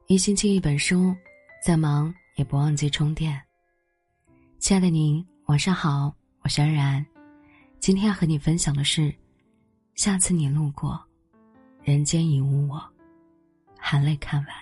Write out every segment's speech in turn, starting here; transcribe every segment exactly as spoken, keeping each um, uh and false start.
一星期一本书，再忙也不忘记充电。亲爱的您，晚上好，我是安然。今天要和你分享的是，下次你路过，人间已无我，含泪看完。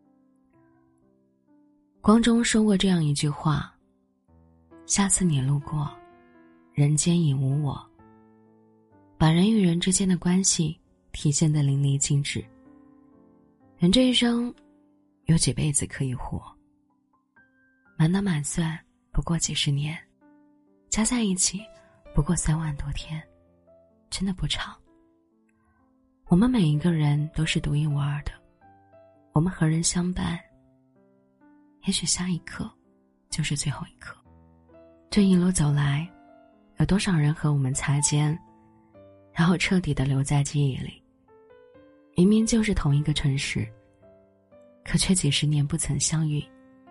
光中说过这样一句话，下次你路过，人间已无我，把人与人之间的关系体现得淋漓尽致。人这一生有几辈子可以活，满打满算不过几十年，加在一起不过三万多天，真的不长。我们每一个人都是独一无二的，我们和人相伴，也许下一刻就是最后一刻。这一路走来，有多少人和我们擦肩，然后彻底地留在记忆里。明明就是同一个城市，可却几十年不曾相遇。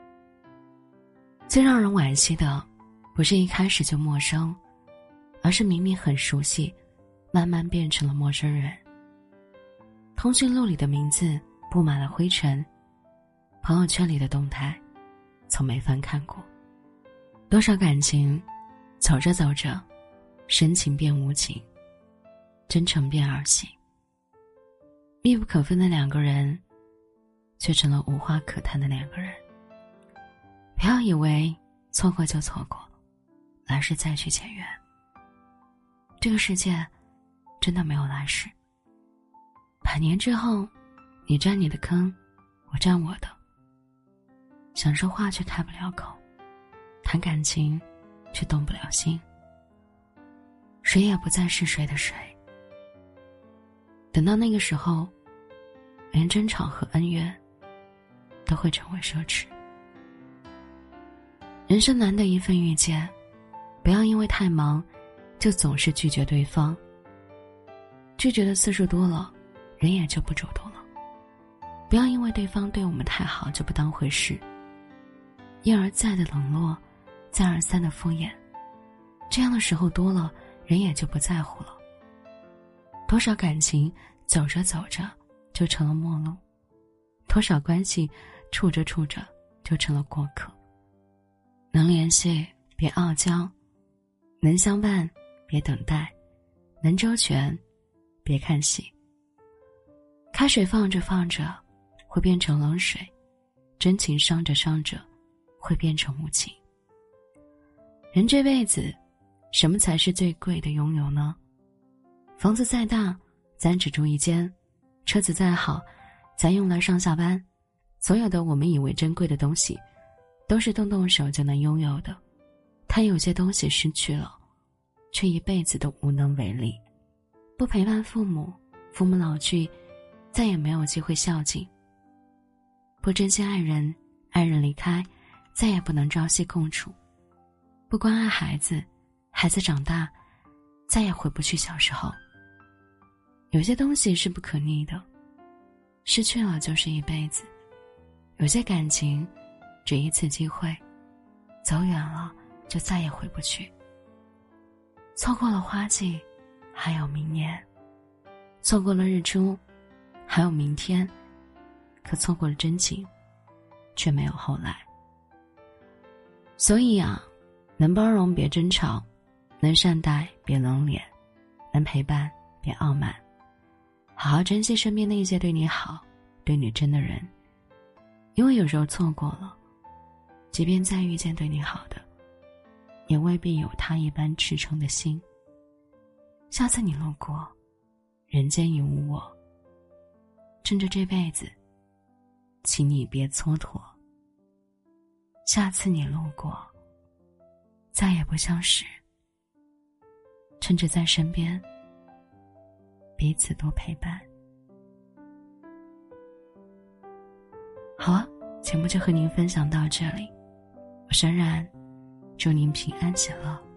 最让人惋惜的，不是一开始就陌生，而是明明很熟悉，慢慢变成了陌生人。通讯录里的名字布满了灰尘，朋友圈里的动态从没翻看过。多少感情走着走着，深情变无情，真诚变儿戏。密不可分的两个人，却成了无话可谈的两个人。不要以为错过就错过，来世再去结缘。这个世界真的没有来世。百年之后，你占你的坑，我占我的。想说话却开不了口，谈感情却动不了心。谁也不再是谁的谁。等到那个时候，连争吵和恩怨都会成为奢侈。人生难得一份遇见，不要因为太忙就总是拒绝对方。拒绝的次数多了，人也就不主动了。不要因为对方对我们太好就不当回事。一而再的冷落，再而三的敷衍，这样的时候多了，人也就不在乎了。多少感情走着走着就成了陌路，多少关系处着处着就成了过客。能联系别傲娇，能相伴别等待，能周全别看戏。开水放着放着会变成冷水，真情伤着伤着会变成无情。人这辈子，什么才是最贵的拥有呢？房子再大，咱只住一间；车子再好，咱用来上下班。所有的我们以为珍贵的东西，都是动动手就能拥有的。但有些东西失去了，却一辈子都无能为力。不陪伴父母，父母老去，再也没有机会孝敬；不珍惜爱人，爱人离开，再也不能朝夕共处；不关爱孩子，孩子长大，再也回不去小时候。有些东西是不可逆的，失去了就是一辈子。有些感情只一次机会，走远了就再也回不去。错过了花季，还有明年；错过了日出，还有明天。可错过了真情，却没有后来。所以啊，能包容别争吵，能善待别冷脸，能陪伴别傲慢。好好珍惜身边那些对你好，对你真的人。因为有时候错过了，即便再遇见对你好的，也未必有他一般赤诚的心。下次你路过，人间已无我，趁着这辈子，请你别蹉跎。下次你路过，再也不相识，趁着在身边，彼此多陪伴。好了，节目就和您分享到这里，我是安然，祝您平安喜乐。